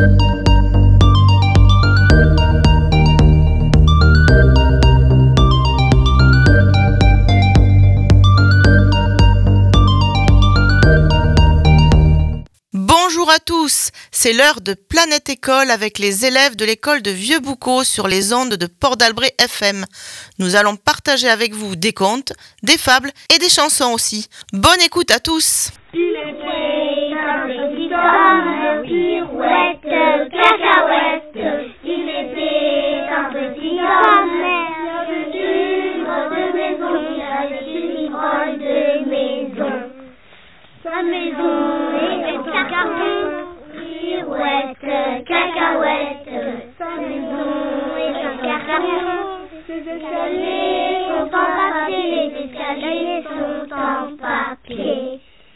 Bonjour à tous, c'est l'heure de Planète École avec les élèves de l'école de Vieux-Boucau sur les ondes de Port d'Albret FM. Nous allons partager avec vous des contes, des fables et des chansons aussi. Bonne écoute à tous. Il était un petit homme, pirouette, cacahuète. Il était un petit homme, libre de maison, il avait une grande maison. Sa maison était en carton, pirouette, cacahuète. Sa maison est en carton, ses escaliers sont en papier, les escaliers sont en papier.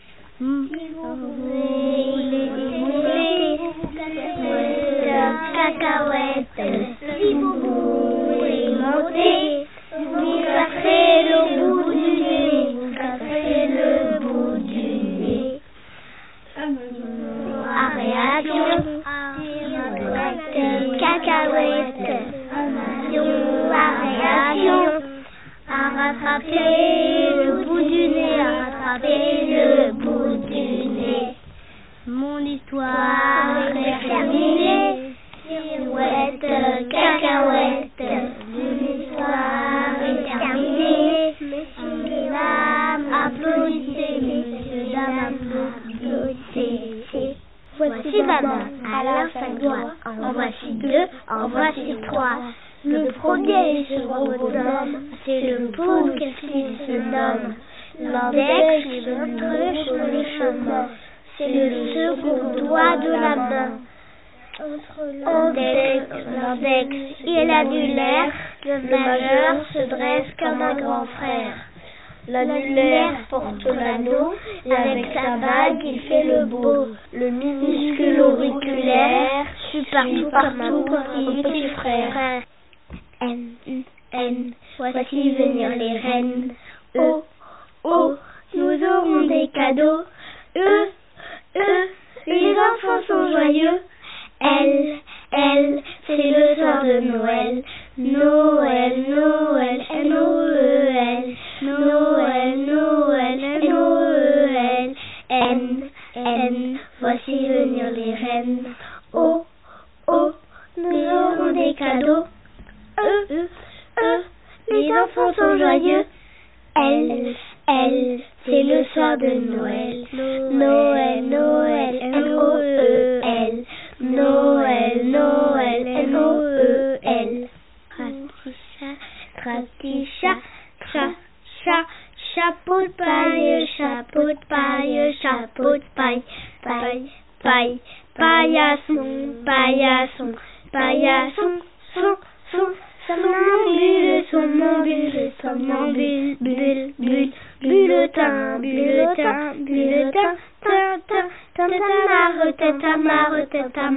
Cacahuète, si boubou est monté, vous casserez le bout du nez, vous casserez le bout du nez. À réaction, cacahuète, à réaction, à rattraper le bout du nez, à rattraper le bout du nez. Mon histoire est terminée. Pirouette, cacahuète, mon histoire est terminée. Messieurs, dames, applaudissez, messieurs, dames, applaudissez. Voici maman, elle a 5 doigts, en voici 2, en voici 3. Le premier et second bonhomme, c'est le pauvre qu'il se nomme. L'index est montreux sur le chemin, c'est le second doigt de la main. L'index et l'annulaire, le majeur se dresse comme un grand frère. L'annulaire porte l'anneau, et avec sa bague il fait le beau. Le minuscule auriculaire suit partout comme un petit frère. N, voici venir les reines. Oh, nous aurons des cadeaux. Les enfants sont joyeux. L, c'est le soir de Noël. Noël, N-O-E-L. Noël, N-O-E-L. N, voici venir les reines. Oh, nous aurons des cadeaux. Les enfants sont joyeux. L, c'est le soir de Noël. Noël, N-O-E-L. Noël, N-O-E-L. Ratisha, chapeau de paille, chapeau de paille, paillasson, somnambule, bulletin, tête à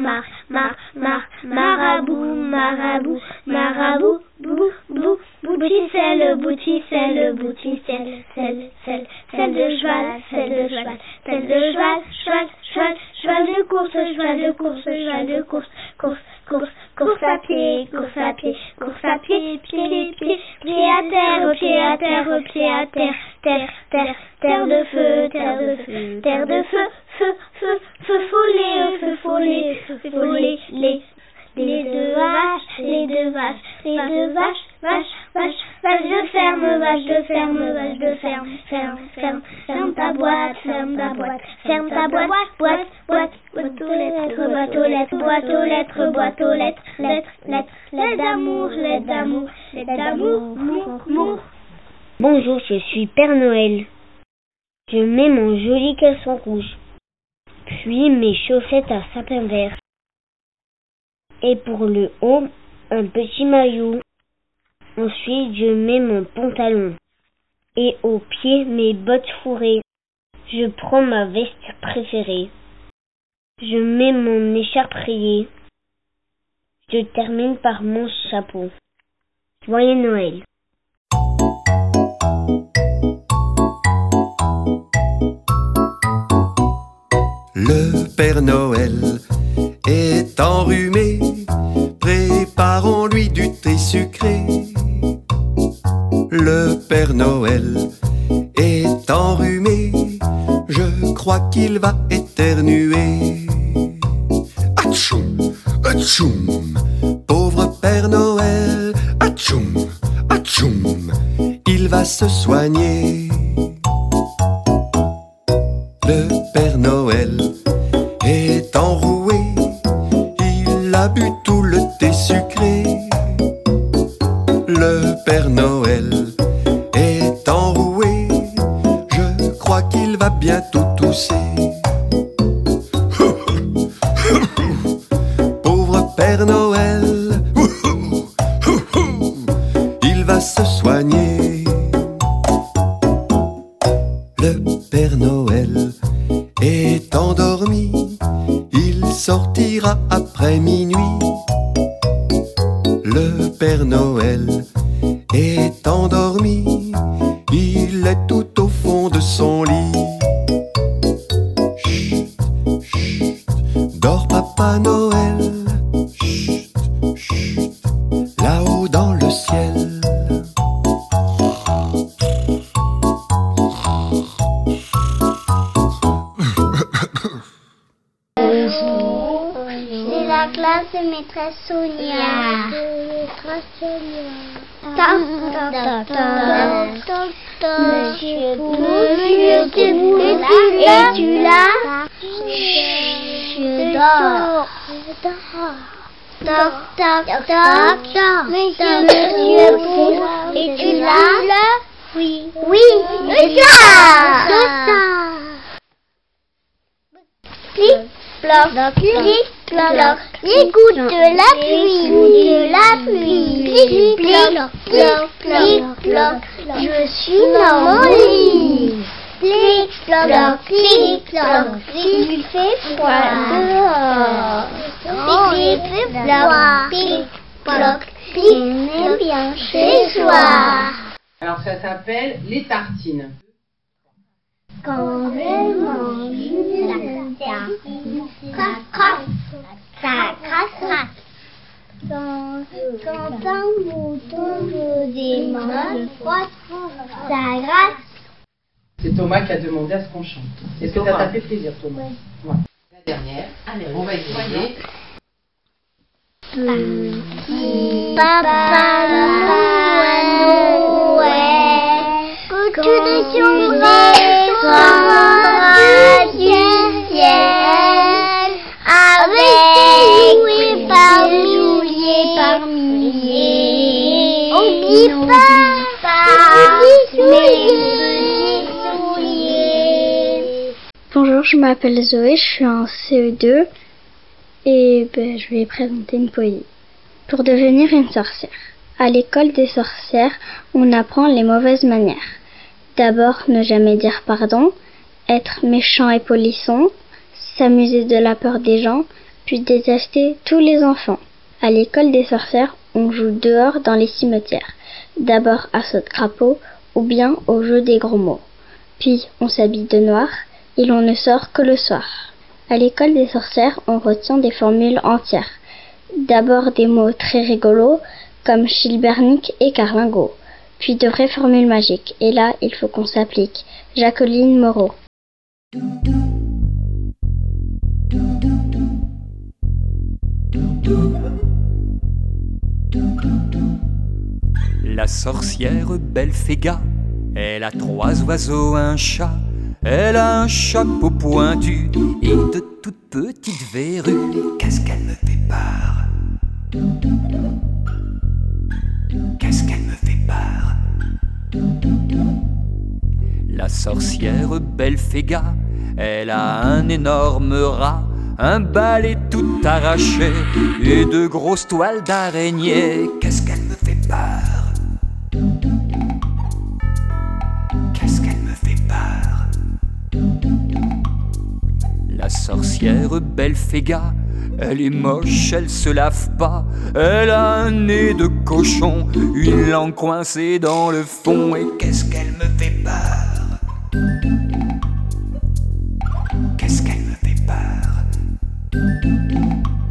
marabout, bouticelle, selle de cheval, cheval de course à pied, pied à terre, terre de feu, feu follet, les deux vaches, vache de ferme ta boîte, ferme ta boîte, boîte aux lettres, lettres d'amour, mour. Bonjour, je suis Père Noël. Je mets mon joli caleçon rouge, puis mes chaussettes à sapin vert. Et pour le haut, un petit maillot. Ensuite, je mets mon pantalon. Et aux pieds, mes bottes fourrées. Je prends ma veste préférée. Je mets mon écharpe rayée. Je termine par mon chapeau. Joyeux Noël. Le Père Noël est enrhumé, préparons-lui du thé sucré. Le Père Noël est enrhumé, je crois qu'il va éternuer. Atchoum, atchoum, pauvre Père Noël, atchoum, atchoum, il va se soigner. Le Père Noël est enroué, il a bu tout le thé sucré. Le Père Noël est enroué, je crois qu'il va bientôt tousser. Pauvre Père Noël, il va se soigner. Le Père Noël est endormi, il sortira après minuit. Le Père Noël est endormi, il est tout au fond de son lit. Chut, chut, dors Papa Noël, chut, chut, là-haut dans le ciel. C'est la classe de maîtresse Sonia. Toc, toc, toc, toc, toc. Monsieur Poule, es-tu là? Je dors. Toc, toc, toc. Monsieur Poule, es-tu là? Oui. Oui, c'est ça. Clic, ploc, clic, ploc, les gouttes de la pluie, clic, ploc, clic, ploc, je suis dans mon lit. Clic, ploc, clic, ploc, il fait froid dehors. Clic, ploc, clic, ploc, on est bien chez soi. Alors ça s'appelle les tartines. Quand je mange la tartine, crac, crac, ça crac, crac. Quand un mouton me démange, ça gratte. C'est Thomas qui a demandé à ce qu'on chante. Est-ce que ça t'a fait plaisir, Thomas? Ouais. La dernière. Allez, on va essayer. Papa Noël, que tu descendras du ciel avec tes jouets par milliers. N'oublie pas mes petits souliers. Bonjour, je m'appelle Zoé, je suis en CE2 et je vais présenter une poésie. Pour devenir une sorcière. À l'école des sorcières, on apprend les mauvaises manières. D'abord, ne jamais dire pardon, être méchant et polisson, s'amuser de la peur des gens, puis détester tous les enfants. À l'école des sorcières, on joue dehors dans les cimetières. D'abord à saute-crapaud ou bien au jeu des gros mots. Puis on s'habille de noir et l'on ne sort que le soir. À l'école des sorcières, on retient des formules entières. D'abord des mots très rigolos comme Chilbernic et Carlingo. Puis de vraies formules magiques. Et là, il faut qu'on s'applique. Jacqueline Moreau. La sorcière Belphégor, elle a 3 oiseaux, un chat. Elle a un chapeau pointu et de toutes petites verrues. Qu'est-ce qu'elle me fait peur? Qu'est-ce qu'elle me fait peur? La sorcière Belphégor, elle a un énorme rat, un balai tout arraché et de grosses toiles d'araignée. Qu'est-ce qu'elle me fait peur? Qu'est-ce qu'elle me fait peur? La sorcière Belphégor, elle est moche, elle se lave pas, elle a un nez de cochon, une langue coincée dans le fond. Et qu'est-ce qu'elle me fait peur? Qu'est-ce qu'elle me fait peur?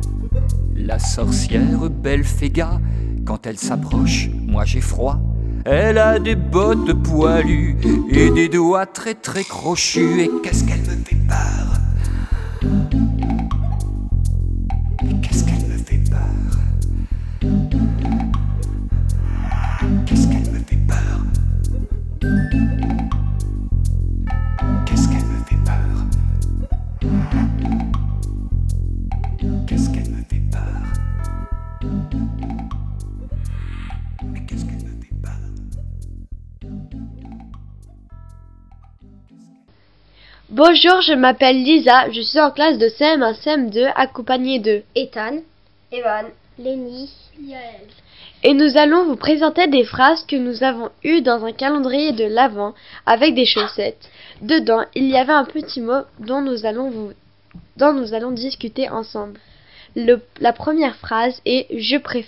La sorcière Belphégor, quand elle s'approche, moi j'ai froid. Elle a des bottes poilues et des doigts très très crochus. Et qu'est-ce qu'elle me fait peur? Et qu'est-ce qu'elle me fait peur? Qu'est-ce qu'elle me fait peur? Qu'est-ce qu'elle me fait peur? Qu'est-ce qu'elle me fait peur? Mais qu'est-ce qu'elle me fait peur? Bonjour, je m'appelle Lisa, je suis en classe de CM1, CM2, accompagnée de Ethan, Evan, Lenny, Yael. Et nous allons vous présenter des phrases que nous avons eues dans un calendrier de l'Avent avec des chaussettes. Dedans, il y avait un petit mot dont nous allons discuter ensemble. La première phrase est « je préfère ».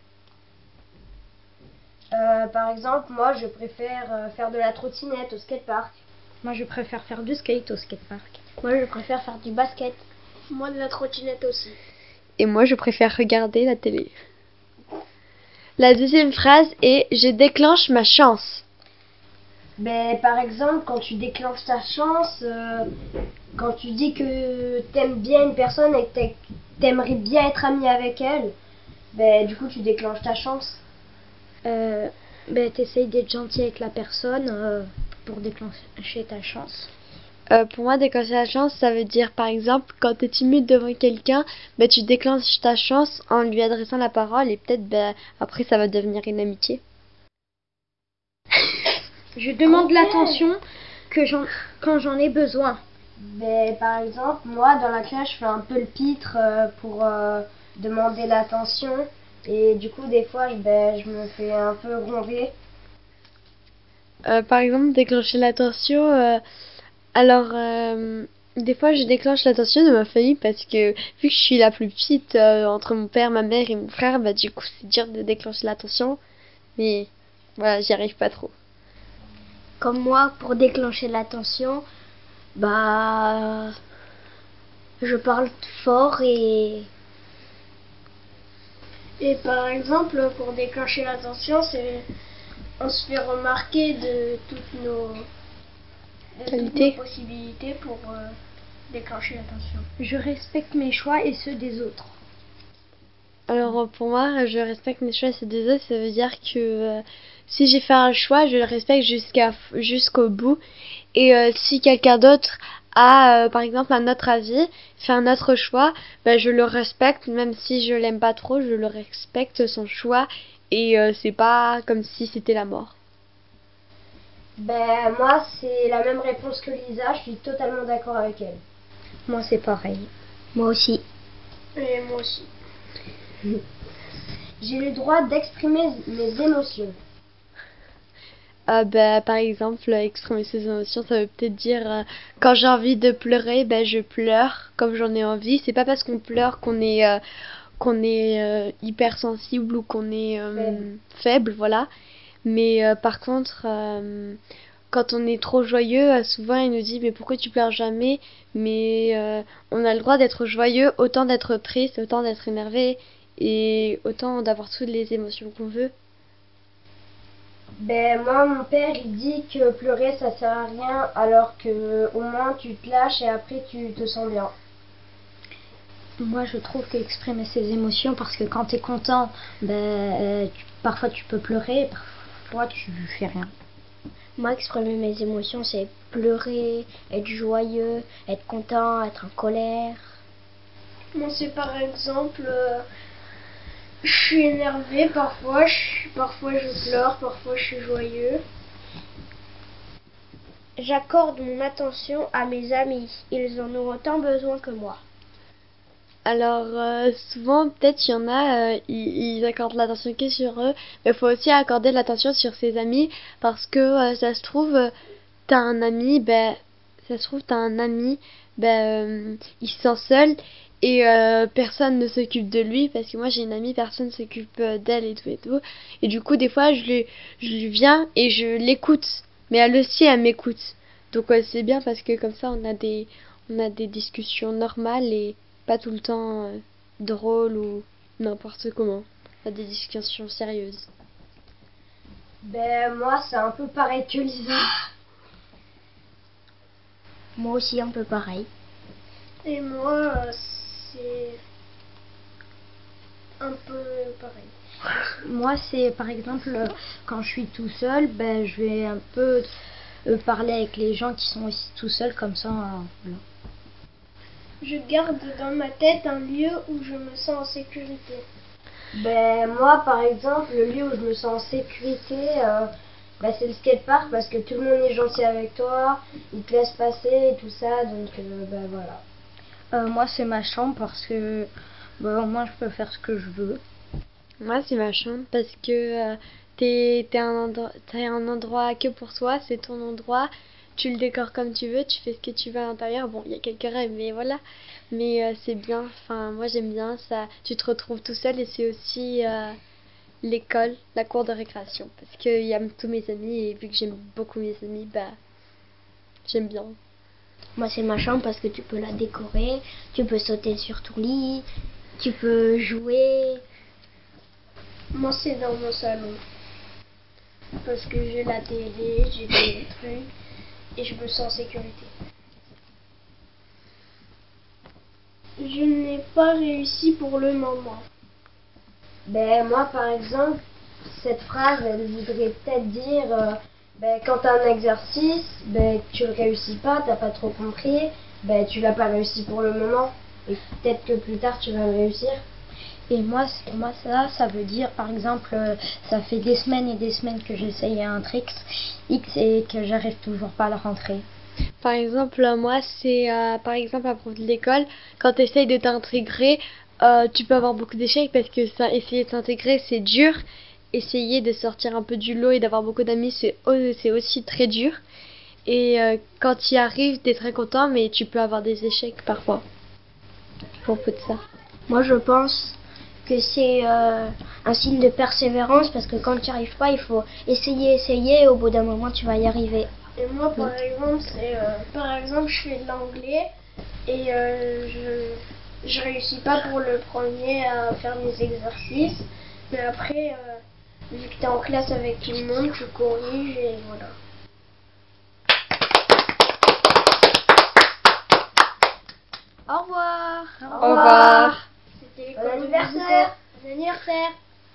Par exemple, moi je préfère faire de la trottinette au skatepark. Moi je préfère faire du skate au skatepark. Moi je préfère faire du basket. Moi de la trottinette aussi. Et moi je préfère regarder la télé. La deuxième phrase est « je déclenche ma chance ». Ben, par exemple, quand tu déclenches ta chance, quand tu dis que t'aimes bien une personne et que t'aimerais bien être ami avec elle, ben du coup tu déclenches ta chance. T'essayes d'être gentil avec la personne pour déclencher ta chance. Pour moi, déclencher la chance, ça veut dire, par exemple, quand tu es timide devant quelqu'un, tu déclenches ta chance en lui adressant la parole et peut-être après ça va devenir une amitié. Je demande l'attention quand j'en ai besoin. Ben, par exemple, moi dans la classe, je fais un peu le pitre pour demander l'attention et du coup, des fois, je me fais un peu gronder. Par exemple, déclencher l'attention. Des fois, je déclenche l'attention de ma famille parce que vu que je suis la plus petite entre mon père, ma mère et mon frère, du coup, c'est dur de déclencher l'attention. Mais voilà, j'y arrive pas trop. Comme moi, pour déclencher l'attention, je parle fort et par exemple, pour déclencher l'attention, on se fait remarquer de toutes nos possibilités pour déclencher l'attention. Je respecte mes choix et ceux des autres. Alors pour moi, je respecte mes choix et ceux des autres, ça veut dire que si j'ai fait un choix, je le respecte jusqu'au bout. Et si quelqu'un d'autre a, par exemple, un autre avis, fait un autre choix, je le respecte, même si je l'aime pas trop, je le respecte son choix. Et c'est pas comme si c'était la mort. Moi, c'est la même réponse que Lisa, je suis totalement d'accord avec elle. Moi, c'est pareil. Moi aussi. Et moi aussi. J'ai le droit d'exprimer mes émotions. Par exemple, exprimer ses émotions, ça veut peut-être dire quand j'ai envie de pleurer, je pleure comme j'en ai envie. C'est pas parce qu'on pleure qu'on est hypersensible ou qu'on est faible, voilà. Mais par contre, quand on est trop joyeux, souvent il nous dit mais pourquoi tu pleures jamais? Mais on a le droit d'être joyeux, autant d'être triste, autant d'être énervé et autant d'avoir toutes les émotions qu'on veut. Moi, mon père, il dit que pleurer, ça sert à rien, alors que au moins tu te lâches et après tu te sens bien. Moi, je trouve qu'exprimer ses émotions, parce que quand tu es content, parfois tu peux pleurer, parfois tu fais rien. Moi, exprimer mes émotions, c'est pleurer, être joyeux, être content, être en colère. Moi, c'est par exemple, je suis énervée parfois je pleure, parfois je suis joyeux. J'accorde mon attention à mes amis, ils en ont autant besoin que moi. Alors souvent peut-être il y en a ils accordent l'attention que sur eux, mais il faut aussi accorder l'attention sur ses amis parce que ça se trouve t'as un ami il se sent seul et personne ne s'occupe de lui parce que moi j'ai une amie, personne ne s'occupe d'elle et tout et du coup des fois je lui viens et je l'écoute, mais elle aussi elle m'écoute, donc c'est bien parce que comme ça on a des discussions normales et pas tout le temps drôle ou n'importe comment, à des discussions sérieuses. Ben moi c'est un peu pareil que Lisa. Moi aussi un peu pareil. Et moi, c'est un peu pareil. Moi, c'est par exemple quand je suis tout seul, ben je vais un peu parler avec les gens qui sont aussi tout seuls comme ça. Voilà. Je garde dans ma tête un lieu où je me sens en sécurité. Ben moi par exemple le lieu où je me sens en sécurité, ben, c'est le skatepark parce que tout le monde est gentil avec toi, il te laisse passer et tout ça, donc ben voilà. Moi, c'est ma chambre parce que au moins je peux faire ce que je veux. Moi, c'est ma chambre parce que t'es un endroit que pour toi, c'est ton endroit. Tu le décores comme tu veux, tu fais ce que tu veux à l'intérieur. Bon, il y a quelques règles, mais voilà. Mais c'est bien, enfin, moi j'aime bien ça. Tu te retrouves tout seul et c'est aussi l'école, la cour de récréation. Parce qu'il y a tous mes amis et vu que j'aime beaucoup mes amis, bah, j'aime bien. Moi, c'est ma chambre parce que tu peux la décorer, tu peux sauter sur ton lit, tu peux jouer. Moi, c'est dans mon salon. Parce que j'ai la télé, j'ai des trucs et je me sens en sécurité. Je n'ai pas réussi pour le moment. Ben moi par exemple, cette phrase elle voudrait peut-être dire ben, quand tu as un exercice, ben, tu le réussis pas, t'as pas trop compris, ben, tu l'as pas réussi pour le moment et peut-être que plus tard tu vas le réussir. Et moi ça veut dire par exemple ça fait des semaines et des semaines que j'essaye un trick X et que j'arrive toujours pas à le rentrer. Par exemple, moi, c'est par exemple à propos de l'école, quand tu essayes de t'intégrer, tu peux avoir beaucoup d'échecs parce que ça, essayer de s'intégrer, c'est dur. Essayer de sortir un peu du lot et d'avoir beaucoup d'amis, c'est aussi très dur. Et quand tu y arrives, tu es très content, mais tu peux avoir des échecs parfois. Pour peu de ça. Moi, je pense que c'est un signe de persévérance parce que quand tu n'y arrives pas, il faut essayer et au bout d'un moment, tu vas y arriver. Et moi, par exemple, je fais de l'anglais et je réussis pas pour le premier à faire mes exercices. Mais après, vu que tu es en classe avec tout le monde, tu corriges et voilà. Au revoir. Au revoir. C'était Bon anniversaire. Bon anniversaire.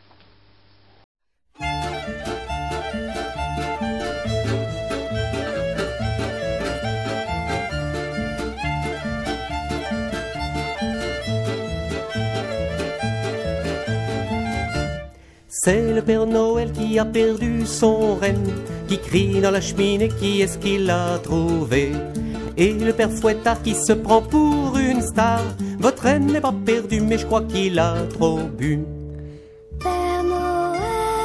C'est le Père Noël qui a perdu son renne, qui crie dans la cheminée qui est-ce qu'il a trouvé. Et le Père Fouettard qui se prend pour une star. Votre reine n'est pas perdue mais je crois qu'il a trop bu. Père Noël,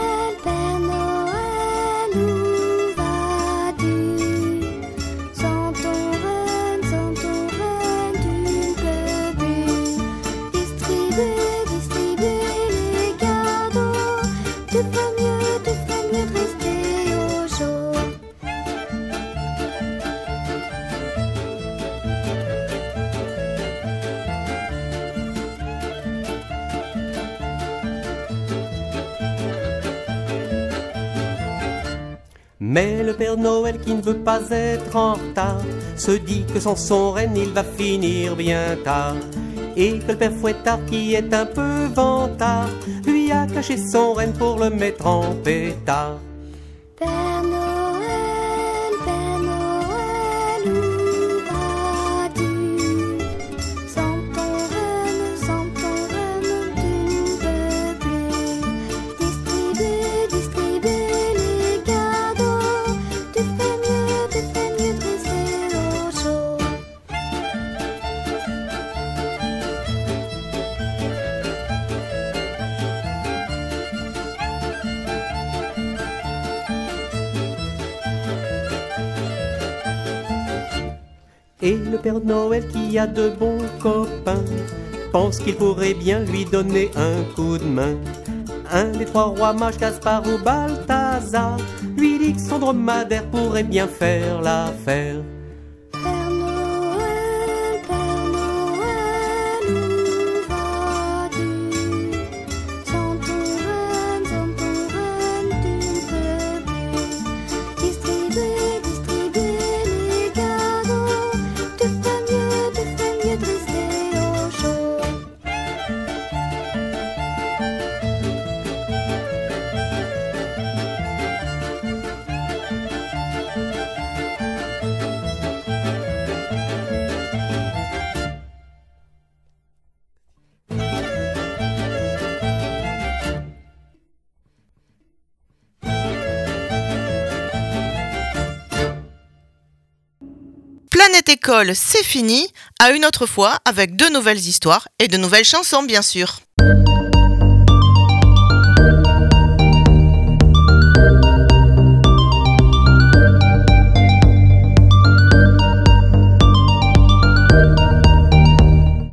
où vas-tu? Sans ton renne, tu ne peux plus distribuer les cadeaux. Tu ferais mieux de rester au chaud. Mais le Père Noël qui ne veut pas être en retard se dit que sans son renne il va finir bien tard. Et que le Père Fouettard qui est un peu vantard lui a caché son renne pour le mettre en pétard. Père Noël, où vas-tu? Sans ton renne, tu ne peux plus distribuer les cadeaux. Tu ferais mieux de rester au chaud. Et le Père Noël qui a de bons copains pense qu'il pourrait bien lui donner un coup de main. Un des trois rois mages, Gaspard ou Balthazar, lui dit que son dromadaire pourrait bien faire l'affaire. Père Noël, où vas-tu? Planète École, c'est fini. À une autre fois avec de nouvelles histoires et de nouvelles chansons, bien sûr.